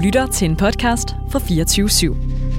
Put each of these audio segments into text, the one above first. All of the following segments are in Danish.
lytter til en podcast fra 24/7.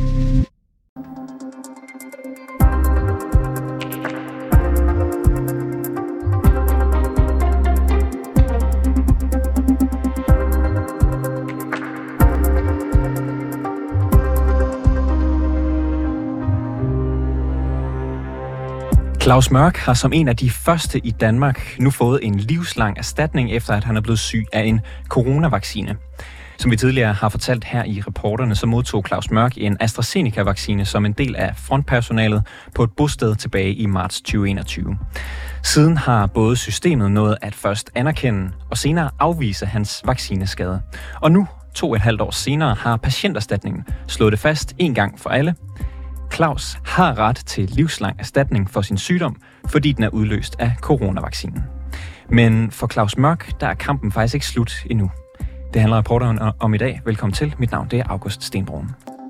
Claus Mørk har som en af de første i Danmark nu fået en livslang erstatning, efter at han er blevet syg af en coronavaccine. Som vi tidligere har fortalt her i reporterne, så modtog Claus Mørk en AstraZeneca-vaccine som en del af frontpersonalet på et bosted tilbage i marts 2021. Siden har både systemet nået at først anerkende og senere afvise hans vaccineskade. Og nu, 2,5 år senere, har Patienterstatningen slået det fast en gang for alle. Claus har ret til livslang erstatning for sin sygdom, fordi den er udløst af coronavaccinen. Men for Claus Mørk, der er kampen faktisk ikke slut endnu. Det handler reporteren om i dag. Velkommen til. Mit navn det er August Stenbroen.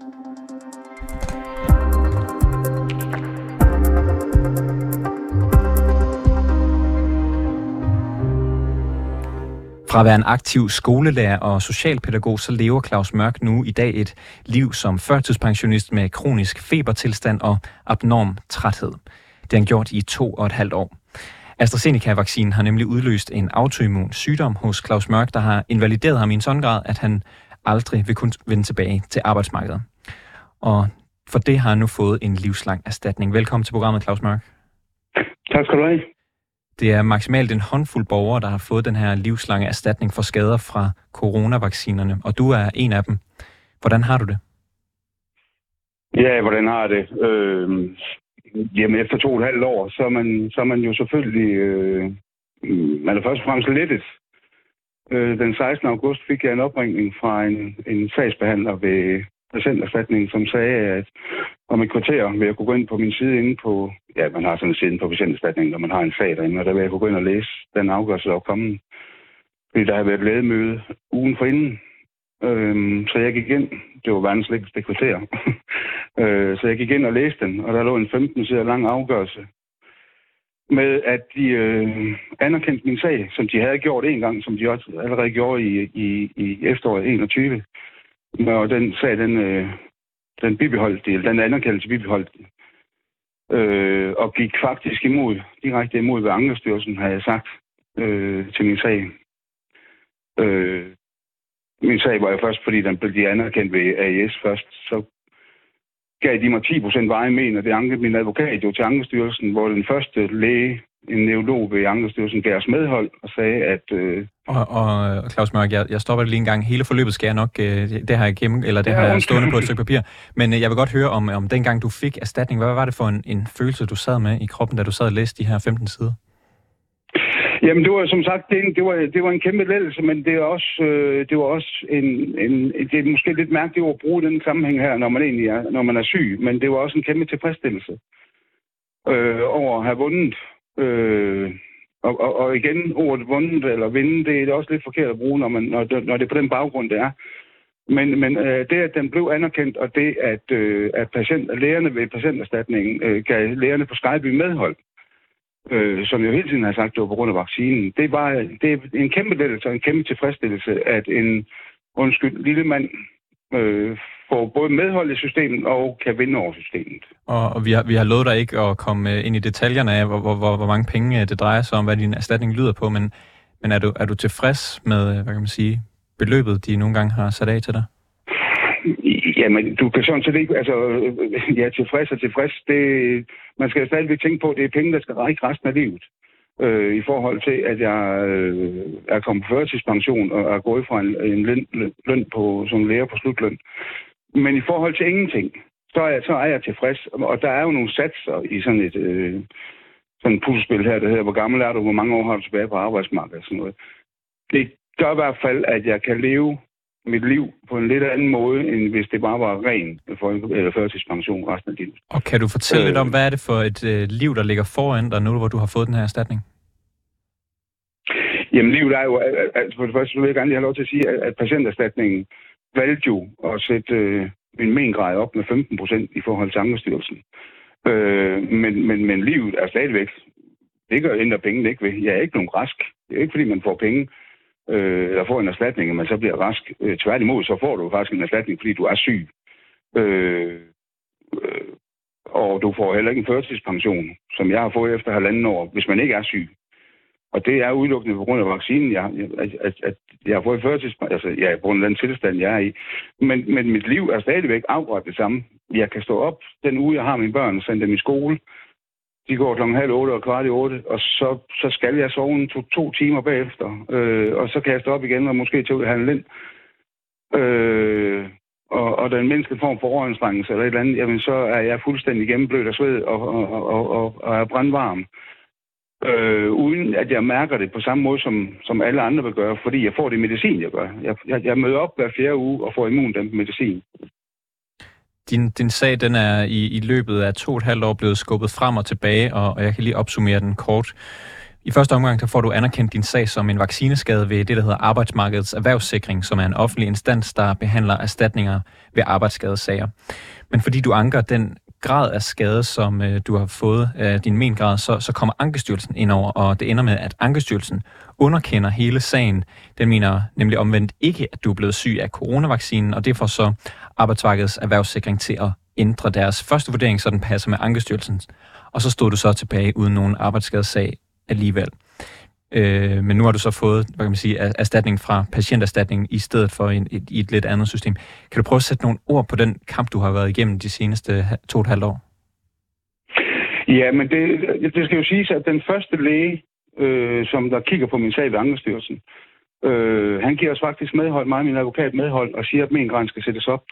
Fra at være en aktiv skolelærer og socialpædagog, så lever Claus Mørk nu i dag et liv som førtidspensionist med kronisk febertilstand og abnorm træthed. Det har han gjort i 2,5 år. AstraZeneca-vaccinen har nemlig udløst en autoimmun sygdom hos Claus Mørk, der har invalideret ham i en sådan grad, at han aldrig vil kunne vende tilbage til arbejdsmarkedet. Og for det har han nu fået en livslang erstatning. Velkommen til programmet, Claus Mørk. Tak skal du have. Det er maksimalt en håndfuld borgere, der har fået den her livslange erstatning for skader fra coronavaccinerne, og du er en af dem. Hvordan har du det? Ja, hvordan har jeg det? Jamen efter 2,5 år, så er man jo selvfølgelig... man er først og fremmest lettet. Den 16. august fik jeg en opringning fra en sagsbehandler ved Patienterstatningen, som sagde, at om et kvarter vil jeg kunne gå ind på min side inde på... Ja, man har sådan en side på Patienterstatningen, når man har en sag derinde, og der vil jeg kunne gå ind og læse den afgørelse, der er kommet. Fordi der har været et lægemøde ugen forinden. Så jeg gik ind. Det var verdens længste kvarter. Så jeg gik ind og læste den, og der lå en 15 sider lang afgørelse med, at de anerkendte min sag, som de havde gjort en gang, som de også allerede gjorde i efteråret 21. Og den sag, den bibeholdt de, den anerkendelse bibeholdt de. Og gik faktisk direkte imod, hvad Ankestyrelsen havde sagt til min sag. Min sag var jo først, fordi den blev anerkendt ved AES først, så gav de mig 10% vejemen, og det ankede min advokat jo til Ankestyrelsen, hvor den første læge, en neurolog ved Ankestyrelsen, gav os medhold og sagde, at... Og Claus Mørk, jeg stopper det lige en gang. Hele forløbet skal jeg nok, det har jeg stående på et stykke papir. Men jeg vil godt høre om dengang du fik erstatning. Hvad var det for en følelse, du sad med i kroppen, da du sad og læste de her 15 sider? Jamen, det var som sagt, det var en kæmpe lettelse, men det var også det er måske lidt mærkeligt at bruge den sammenhæng her, når man er syg, men det var også en kæmpe tilfredsstillelse over at have vundet. Og igen, ordet vundet eller vinde, det er også lidt forkert at bruge, når det er på den baggrund, det er. Men det, at den blev anerkendt, og det, at lægerne ved Patienterstatningen gav lægerne på Skype medhold, som jeg hele tiden har sagt, det var på grund af vaccinen, det er en kæmpe lettelse og en kæmpe tilfredsstillelse, at en lille mand får både medhold i systemet og kan vinde over systemet. Og vi har lovet dig ikke at komme ind i detaljerne af, hvor mange penge det drejer sig om, hvad din erstatning lyder på, men er du tilfreds med, hvad kan man sige, beløbet, de nogle gange har sat af til dig? Jamen, du kan sådan set ikke... Altså, ja, tilfreds. Man skal stadigvæk tænke på, at det er penge, der skal række resten af livet. I forhold til, at jeg er kommet på førtidspension og er gået fra en løn på, som lærer på slutløn. Men i forhold til ingenting, så er jeg tilfreds. Og der er jo nogle satser i sådan et sådan puslespil her, der hedder, hvor gammel er du, hvor mange år har du tilbage på arbejdsmarkedet og sådan noget. Det gør i hvert fald, at jeg kan leve mit liv på en lidt anden måde, end hvis det bare var ren eller førtidspension resten af livet. Og kan du fortælle lidt om, hvad er det for et liv, der ligger foran dig nu, hvor du har fået den her erstatning? Jamen, livet er jo... For det første vil jeg gerne lige have lov til at sige, at Patienterstatningen valgte jo at sætte min mengrad op med 15% i forhold til Ankestyrelsen. Men livet er stadigvæk... Det gør ændre pengene ikke ved. Jeg er ikke nogen rask. Det er ikke, fordi man får penge eller får en erstatning, og man så bliver rask. Tværtimod, så får du faktisk en erstatning, fordi du er syg. Og du får heller ikke en førtidspension, som jeg har fået efter 1,5 år, hvis man ikke er syg. Og det er udelukkende på grund af vaccinen, at jeg har fået førtidspension, altså på grund af den tilstand, jeg er i. Men mit liv er stadigvæk akkurat det samme. Jeg kan stå op den uge, jeg har mine børn, og sende dem i skole. De går 7:30 og 7:15, og så skal jeg sove 2 timer bagefter. Og så kan jeg stå op igen og måske tage ud og handle ind. Og den mindste form for overanstrengelse eller et eller andet, jamen så er jeg fuldstændig gennemblødt af sved og er brandvarm. Uden at jeg mærker det på samme måde, som alle andre vil gøre, fordi jeg får det medicin, jeg gør. Jeg møder op hver 4. uge og får immundæmpende medicin. Din sag, den er i løbet af 2,5 år blevet skubbet frem og tilbage, og jeg kan lige opsummere den kort. I første omgang så får du anerkendt din sag som en vaccineskade ved det, der hedder Arbejdsmarkedets Erhvervssikring, som er en offentlig instans, der behandler erstatninger ved arbejdsskadesager. Men fordi du anker den grad af skade, som du har fået af din mengrad, så kommer Ankestyrelsen ind over, og det ender med, at Ankestyrelsen underkender hele sagen. Den mener nemlig omvendt ikke, at du er blevet syg af coronavaccinen, og det får så Arbejdsmarkedets Erhvervssikring til at ændre deres første vurdering, så den passer med Ankestyrelsen. Og så stod du så tilbage uden nogen arbejdsskadesag alligevel. Men nu har du så fået, hvad kan man sige, erstatning fra patienterstatningen i stedet for i et lidt andet system. Kan du prøve at sætte nogle ord på den kamp, du har været igennem de seneste 2,5 år? Ja, men det skal jo siges, at den første læge, som der kigger på min sag ved Ankestyrelsen, han giver os faktisk medhold, mig og min advokat medhold, og siger, at mengraden skal sættes op.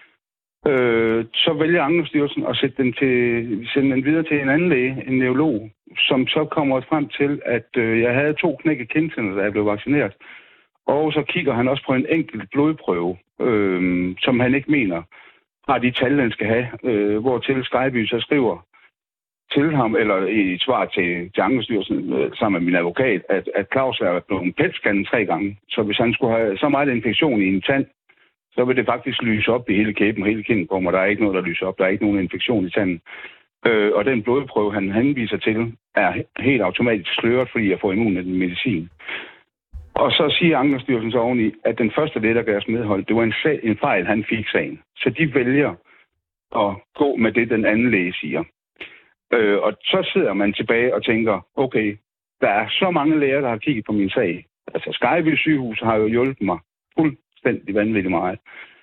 Så vælger Ankestyrelsen at sende den videre til en anden læge, en neurolog, som så kommer frem til, at jeg havde 2 knækket kindtænder, da jeg blev vaccineret. Og så kigger han også på en enkelt blodprøve, som han ikke mener har de tal, den skal have, hvortil Skyby så skriver til ham, eller i et svar til Ankestyrelsen sammen med min advokat, at Claus er blevet PET-scannet 3 gange. Så hvis han skulle have så meget infektion i en tand, så vil det faktisk lyse op i hele kæben og hele kindkorn, og der er ikke noget, der lyser op. Der er ikke nogen infektion i tanden. Og den blodprøve, han henviser til, er helt automatisk sløret, fordi jeg får immunmedicin. Og så siger Ankestyrelsen så oveni, at den første læge, der gav os medhold, det var en fejl, han fik sagen. Så de vælger at gå med det, den anden læge siger. Og så sidder man tilbage og tænker, okay, der er så mange læger, der har kigget på min sag. Altså Skyby sygehus har jo hjulpet mig fuldstændig vanvittigt meget.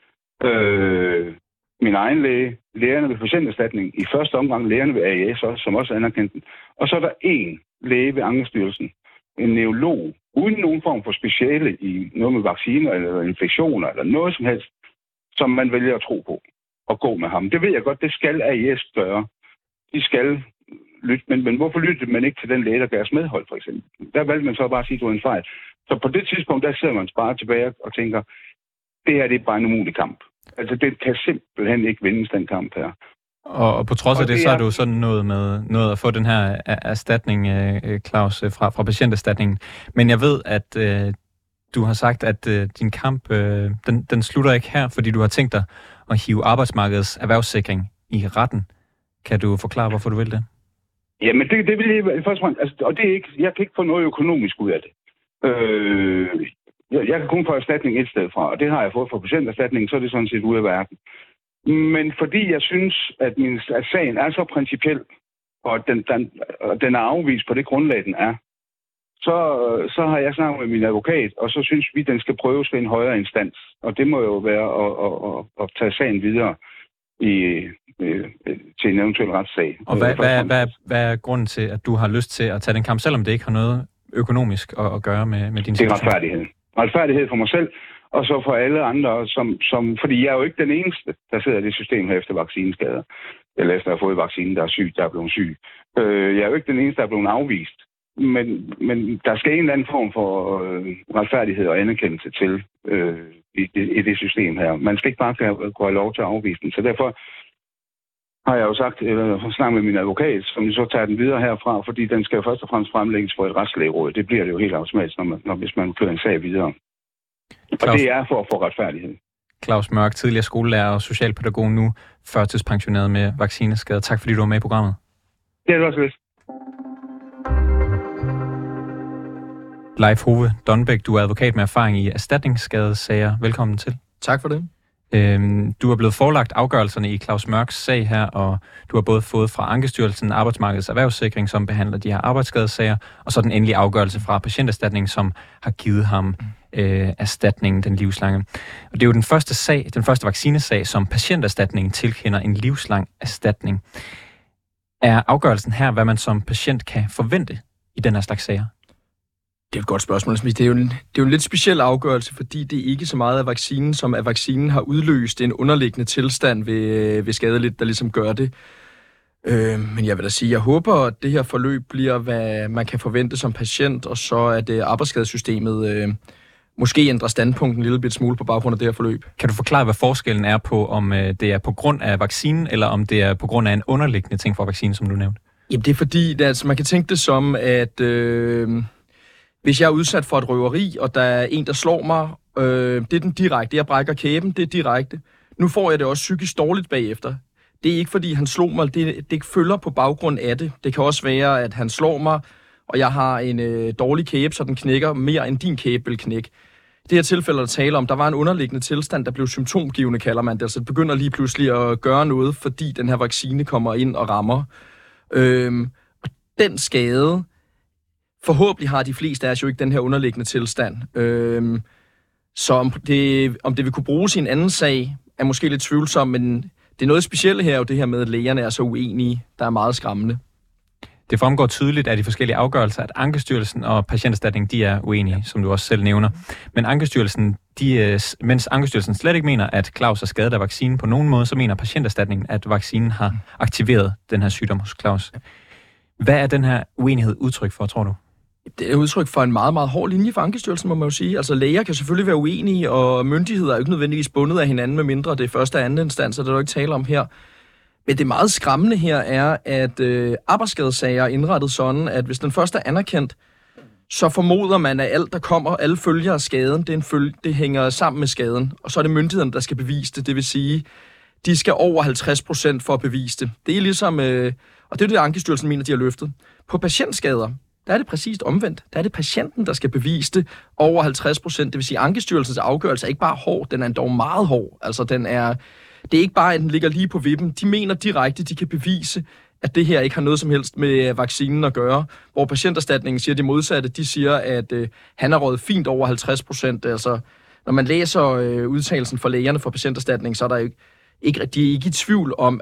Min egen læge, lægerne ved patienterstatning, i første omgang lægerne ved AES, også, som også anerkendte den. Og så er der en læge ved Ankestyrelsen, en neurolog, uden nogen form for speciale i noget med vacciner eller infektioner eller noget som helst, som man vælger at tro på og gå med ham. Det ved jeg godt, det skal AES gøre. De skal lytte, men hvorfor lyttede man ikke til den læge, der gav os medhold, for eksempel? Der valgte man så bare at sige, at det var en fejl. Så på det tidspunkt, der sidder man bare tilbage og tænker, det her det er bare en umulig kamp. Altså, det kan simpelthen ikke vindes, den kamp her. Og på trods af det, så er du sådan noget at få den her erstatning, Claus, fra patienterstatningen. Men jeg ved, at du har sagt, at din kamp, den slutter ikke her, fordi du har tænkt dig at hive Arbejdsmarkedets Erhvervssikring i retten. Kan du forklare, hvorfor du vil det? Jamen, det vil jeg først og fremmest. Altså, og det er ikke, jeg kan ikke få noget økonomisk ud af det. Jeg kan kun få erstatning et sted fra, og det har jeg fået for patienterstatning, så er det sådan set ude af verden. Men fordi jeg synes, at sagen er så principiel, og den er afvist på det grundlag, den er, så har jeg snakket med min advokat, og så synes vi, at den skal prøves ved en højere instans. Og det må jo være at tage sagen videre til en eventuel retssag. Og hvad er grunden til, at du har lyst til at tage den kamp, selvom det ikke har noget økonomisk at gøre med din situation? Det er retfærdighed. Retfærdighed for mig selv, og så for alle andre, fordi jeg er jo ikke den eneste, der sidder i det system her efter vaccineskader. Eller efter at have fået vaccinen, der er syg, der er blevet syg. Jeg er jo ikke den eneste, der er blevet afvist. Men der skal en eller anden form for retfærdighed og anerkendelse til i det system her. Man skal ikke bare gå have lov til at afvise den. Så derfor har jeg jo sagt, eller snakket med min advokat, som så tager den videre herfra, fordi den skal jo først og fremmest fremlægges for et retslægeråd. Det bliver det jo helt automatisk, hvis man kører en sag videre. Claus, og det er for at få retfærdighed. Claus Mørk, tidligere skolelærer og socialpædagog, nu førtidspensioneret med vaccineskade. Tak fordi du var med i programmet. Det er det også lidt. Leif Hove Donbæk, du er advokat med erfaring i erstatningsskadesager. Velkommen til. Tak for det. Du er blevet forelagt afgørelserne i Claus Mørks sag her, og du har både fået fra Ankestyrelsen, Arbejdsmarkedets Erhvervssikring, som behandler de her arbejdsskadesager, og så den endelige afgørelse fra Patienterstatningen, som har givet ham erstatningen, den livslange. Og det er jo den første vaccinesag, som Patienterstatningen tilkender en livslang erstatning. Er afgørelsen her, hvad man som patient kan forvente i den her slags sager? Det er et godt spørgsmål. Det er jo en lidt speciel afgørelse, fordi det ikke så meget af vaccinen, som at vaccinen har udløst en underliggende tilstand ved skadeligt, der ligesom gør det. Men jeg vil da sige, jeg håber, at det her forløb bliver, hvad man kan forvente som patient, og så at arbejdsskadesystemet måske ændrer standpunkt en lille bit smule på baggrund af det her forløb. Kan du forklare, hvad forskellen er på, om det er på grund af vaccinen, eller om det er på grund af en underliggende ting fra vaccinen, som du nævnte? Jamen det er fordi, man kan tænke det som, at hvis jeg er udsat for et røveri, og der er en, der slår mig, det er den direkte. Jeg brækker kæben, det er direkte. Nu får jeg det også psykisk dårligt bagefter. Det er ikke, fordi han slog mig, det følger på baggrund af det. Det kan også være, at han slår mig, og jeg har en dårlig kæbe, så den knækker mere, end din kæbe vil knække. Det her tilfælde, der taler om, der var en underliggende tilstand, der blev symptomgivende, kalder man det. Altså det begynder lige pludselig at gøre noget, fordi den her vaccine kommer ind og rammer. Og den skade, forhåbentlig har de fleste af os jo ikke den her underliggende tilstand. Så om det vil kunne bruges i en anden sag, er måske lidt tvivlsomt, men det er noget specielt her, jo det her med, at lægerne er så uenige, der er meget skræmmende. Det fremgår tydeligt af de forskellige afgørelser, at Ankestyrelsen og Patienterstatningen, de er uenige, som du også selv nævner. Men Ankestyrelsen, mens Ankestyrelsen slet ikke mener, at Claus er skadet af vaccinen på nogen måde, så mener Patienterstatningen, at vaccinen har aktiveret den her sygdom hos Claus. Hvad er den her uenighed udtryk for, tror du? Det er udtryk for en meget, meget hård linje for Ankestyrelsen, må man jo sige. Altså læger kan selvfølgelig være uenige, og myndigheder er jo ikke nødvendigvis bundet af hinanden, med mindre det er første og anden instans, så det er jo ikke tale om her. Men det meget skræmmende her er, at arbejdsskadesager er indrettet sådan, at hvis den første er anerkendt, så formoder man, at alt, der kommer, alle følger af skaden, det hænger sammen med skaden. Og så er det myndighederne, der skal bevise det. Det vil sige, de skal over 50% for at bevise det. Det er ligesom, og det er det, Ankestyrelsen mener, de har løftet. På patientskader, der er det præcist omvendt. Der er det patienten, der skal bevise det over 50%. Det vil sige, at Ankestyrelsens afgørelse er ikke bare hård, den er dog meget hård. Altså, det er ikke bare, at den ligger lige på vippen. De mener direkte, de kan bevise, at det her ikke har noget som helst med vaccinen at gøre. Hvor Patienterstatningen siger det modsatte. De siger, at han har røget fint over 50%. Altså, når man læser udtalelsen fra lægerne for Patienterstatningen, så er der de er ikke i tvivl om,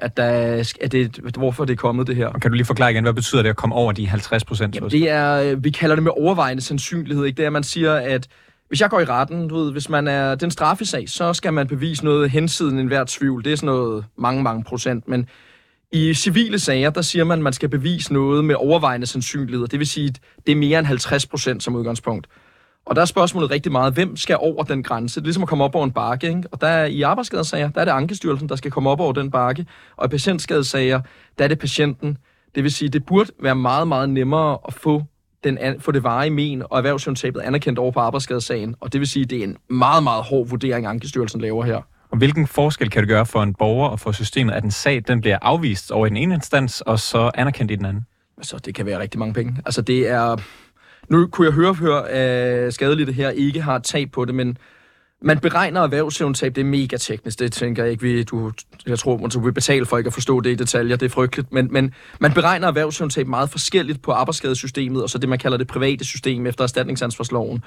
hvorfor det er kommet det her. Og kan du lige forklare igen, hvad betyder det at komme over de 50%? Jamen, det er, vi kalder det med overvejende sandsynlighed. Ikke? Det er, at man siger, at hvis jeg går i retten, hvis man er den straffesag, så skal man bevise noget hensiden enhver tvivl. Det er sådan noget mange procent. Men i civile sager, der siger man, at man skal bevise noget med overvejende sandsynlighed. Det vil sige, at det er mere end 50% som udgangspunkt. Og der er spørgsmålet rigtig meget, hvem skal over den grænse? Det er ligesom at komme op over en bakke, ikke? Og der er i arbejdsskadesager, der er det Ankestyrelsen, der skal komme op over den bakke. Og i patientskadesager, der er det patienten. Det vil sige, det burde være meget, meget nemmere at få det varige men og erhvervssynstabet anerkendt over på arbejdsskadesagen. Og det vil sige, det er en meget, meget hård vurdering, Ankestyrelsen laver her. Og hvilken forskel kan det gøre for en borger og for systemet, at en sag den bliver afvist over i den ene instans, og så anerkendt i den anden? Altså, det kan være rigtig mange penge. Altså, det er... Nu kunne jeg høre, at skadelidte her ikke har et tab på det, men man beregner erhvervsevnetab, det er mega teknisk. Det tænker jeg ikke, jeg tror, man vil betale for ikke at forstå det i detaljer. Det er frygteligt. Men man beregner erhvervsevnetab meget forskelligt på arbejdsskadesystemet, og så det, man kalder det private system efter erstatningsansvarsloven.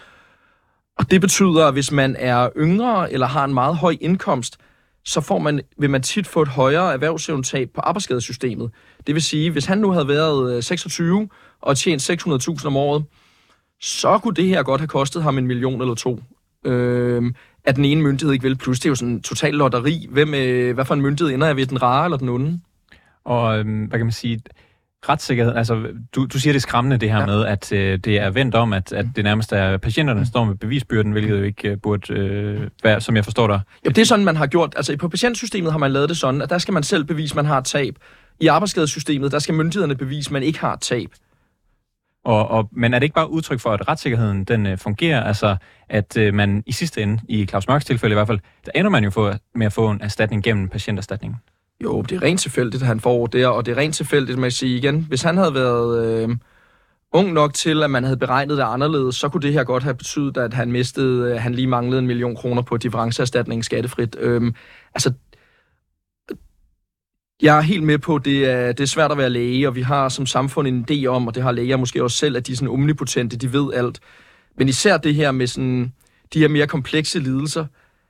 Og det betyder, at hvis man er yngre eller har en meget høj indkomst, så vil man tit få et højere erhvervsevnetab på arbejdsskadesystemet. Det vil sige, hvis han nu havde været 26 og tjent 600.000 om året, så kunne det her godt have kostet ham 1 million eller 2. At den ene myndighed ikke vil. Plus det er jo sådan en total lotteri. Hvad for en myndighed ender jeg ved, den rare eller den onde? Og hvad kan man sige? Retssikkerhed, altså du siger det er skræmmende det her med, at det er vendt om, at det nærmest er patienterne, der står med bevisbyrden, hvilket jo ikke burde være, som jeg forstår dig. Jo, det er sådan, man har gjort. Altså på patientsystemet har man lavet det sådan, at der skal man selv bevise, man har et tab. I arbejdsskadesystemet, der skal myndighederne bevise, man ikke har et tab. Men er det ikke bare udtryk for, at retssikkerheden den fungerer? Altså, at man i sidste ende, i Claus Mørks tilfælde i hvert fald, der ender man jo med at få en erstatning gennem patienterstatningen. Jo, det er rent tilfældigt, at han får der, og det er rent tilfældigt, man siger igen. Hvis han havde været ung nok til, at man havde beregnet det anderledes, så kunne det her godt have betydet, at han lige manglede 1 million kroner på differenceerstatningen skattefrit. Jeg er helt med på, at det er svært at være læge, og vi har som samfund en idé om, og det har læger måske også selv, at de er sådan omnipotente, de ved alt. Men især det her med sådan, de her mere komplekse lidelser,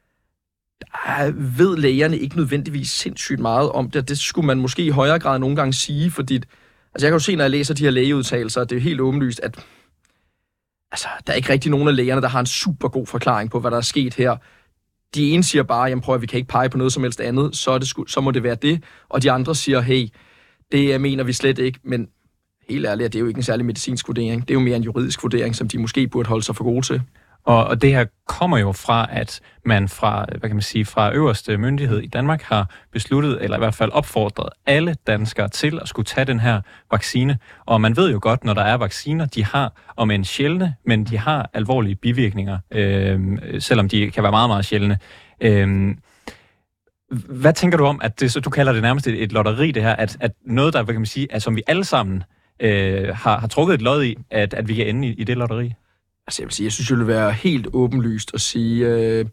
ved lægerne ikke nødvendigvis sindssygt meget om det. Det skulle man måske i højere grad nogle gange sige, fordi jeg kan jo se, når jeg læser de her lægeudtalelser, at det er helt åbenlyst, at der er ikke rigtig nogen af lægerne, der har en super god forklaring på, hvad der er sket her. De ene siger bare, jamen prøv at vi kan ikke pege på noget som helst andet, så må det være det. Og de andre siger, hey, det mener vi slet ikke, men helt ærligt, det er jo ikke en særlig medicinsk vurdering. Det er jo mere en juridisk vurdering, som de måske burde holde sig for gode til. Og det her kommer jo fra, at man fra øverste myndighed i Danmark har besluttet, eller i hvert fald opfordret alle danskere til at skulle tage den her vaccine. Og man ved jo godt, når der er vacciner, de har, om en sjældne, men de har alvorlige bivirkninger, selvom de kan være meget, meget sjældne. Hvad tænker du om, at du kalder det nærmest et lotteri, det her, at noget, der, som vi alle sammen har trukket et lod i, at vi kan ende i det lotteri? Jeg vil sige, jeg synes, det ville være helt åbenlyst at sige,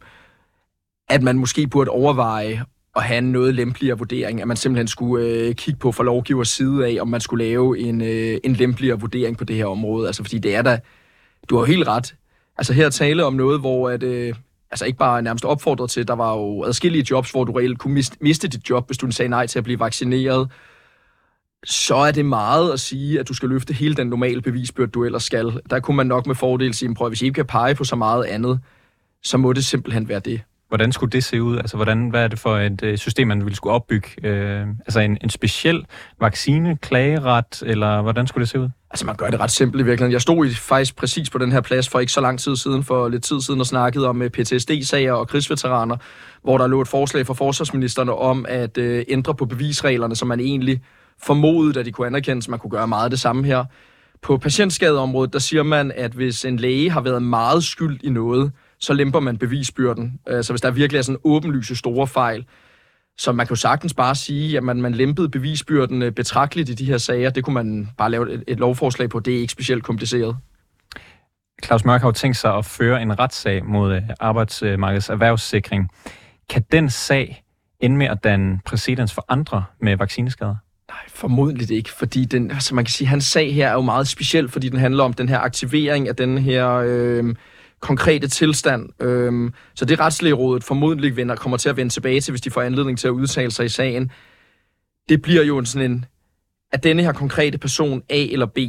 at man måske burde overveje at have en noget lempeligere vurdering, at man simpelthen skulle kigge på fra lovgivers side af, om man skulle lave en lempeligere vurdering på det her område. Fordi det er da, du har helt ret. Her tale om noget, hvor ikke bare nærmest opfordret til, der var jo adskillige jobs, hvor du reelt kunne miste dit job, hvis du sagde nej til at blive vaccineret. Så er det meget at sige, at du skal løfte hele den normale bevisbyrde, du ellers skal. Der kunne man nok med fordel sige, prøv, hvis I ikke kan pege på så meget andet, så må det simpelthen være det. Hvordan skulle det se ud? Hvad er det for et system, man ville skulle opbygge? En speciel vaccine, klageret, eller hvordan skulle det se ud? Man gør det ret simpelt i virkeligheden. Jeg stod faktisk præcis på den her plads for ikke så lang tid siden, for lidt tid siden, og snakkede om PTSD-sager og krigsveteraner, hvor der lå et forslag fra forsvarsministerne om at ændre på bevisreglerne, som man egentlig formodede, at de kunne anerkendes, man kunne gøre meget af det samme her. På patientskadeområdet, der siger man, at hvis en læge har været meget skyld i noget, så lemper man bevisbyrden. Så hvis der virkelig er sådan åbenlyse store fejl, så man kan jo sagtens bare sige, at man lempede bevisbyrden betragteligt i de her sager. Det kunne man bare lave et lovforslag på. Det er ikke specielt kompliceret. Claus Mørk har jo tænkt sig at føre en retssag mod Arbejdsmarkedets Erhvervssikring. Kan den sag ende med at danne præcedens for andre med vaccineskader? Nej, formodentlig ikke, fordi man kan sige, hans sag her er jo meget speciel, fordi den handler om den her aktivering af den her konkrete tilstand. Så det Retslægerådet formodentlig kommer til at vende tilbage til, hvis de får anledning til at udtale sig i sagen. Det bliver jo at denne her konkrete person A eller B.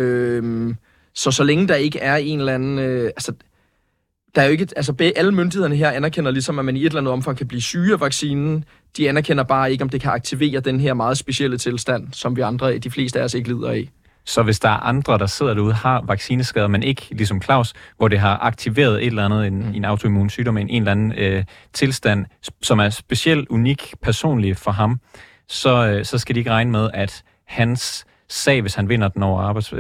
Så længe der ikke er en eller anden... der er jo ikke, alle myndighederne her anerkender ligesom, at man i et eller andet omfang kan blive syge af vaccinen. De anerkender bare ikke, om det kan aktivere den her meget specielle tilstand, som vi andre, de fleste af os ikke lider af. Så hvis der er andre, der sidder derude, har vaccineskader, men ikke ligesom Claus, hvor det har aktiveret et eller andet, en autoimmun sygdom, en eller anden tilstand, som er specielt unik personlig for ham, så skal de ikke regne med, at hans sag, hvis han vinder den over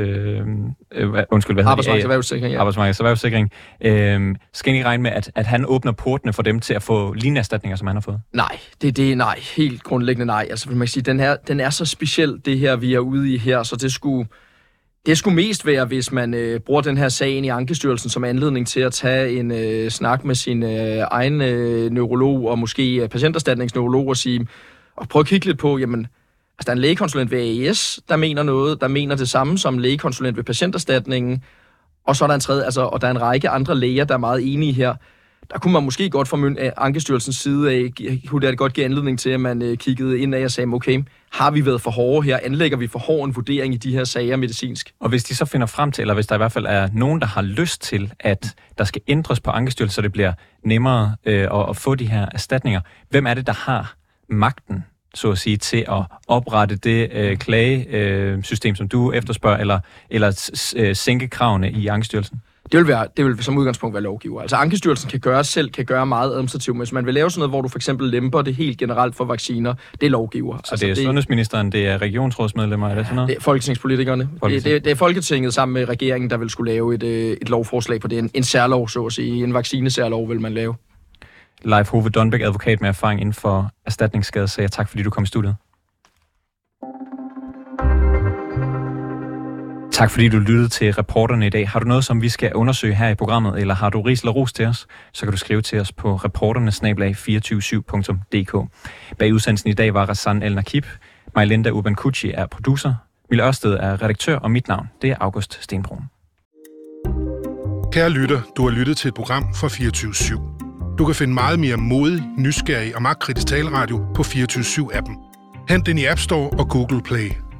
Arbejdsmarkedets Erhvervssikring, skal ikke regne med, at han åbner portene for dem til at få lignende erstatninger, som han har fået? Nej, helt grundlæggende nej. Man kan sige, den er så speciel, det her, vi er ude i her, så det skulle mest være, hvis man bruger den her sag ind i Ankestyrelsen som anledning til at tage en snak med sin egen neurolog og måske patienterstatningsneurolog og sige, og prøve at kigge lidt på, jamen, der er en lægekonsulent ved AES, der mener noget, der mener det samme som lægekonsulent ved patienterstatningen, og så er der en tredje, og der er en række andre læger, der er meget enige her. Der kunne man måske godt fra Ankestyrelsens side kunne det godt give anledning til, at man kiggede ind af og sagde, okay, har vi været for hårde her? Anlægger vi for hård en vurdering i de her sager medicinsk? Og hvis de så finder frem til, eller hvis der i hvert fald er nogen, der har lyst til, at der skal ændres på Ankestyrelsen, så det bliver nemmere at få de her erstatninger, hvem er det, der har magten, så at sige, til at oprette det klagesystem, som du efterspørger, eller sænke kravene i Ankestyrelsen? Det vil som udgangspunkt være lovgiver. Ankestyrelsen kan gøre meget administrativt, men hvis man vil lave sådan noget, hvor du for eksempel lemper det helt generelt for vacciner, det er lovgiver. Så det er sundhedsministeren, det er regionsrådsmedlemmer, er det sådan noget? Det er folketingspolitikerne. Det er Folketinget sammen med regeringen, der vil skulle lave et lovforslag på det. En særlov, så at sige. En vaccinesærlov vil man lave. Leif Hove Donbæk, advokat med erfaring inden for erstatningsskadesager. Tak fordi du kom i studiet. Tak fordi du lyttede til Reporterne i dag. Har du noget, som vi skal undersøge her i programmet, eller har du ris eller ros til os, så kan du skrive til os på reporterne@247.dk. Bag udsendelsen i dag var Rassan El Nakib, Majlinda Urban-Kucci er producer, Mille Ørsted er redaktør, og mit navn, det er August Stenbrun. Kære lytter, du har lyttet til et program fra 24/7. Du kan finde meget mere modig, nysgerrig og magtkritisk taleradio på 24/7-appen. Hent den i App Store og Google Play.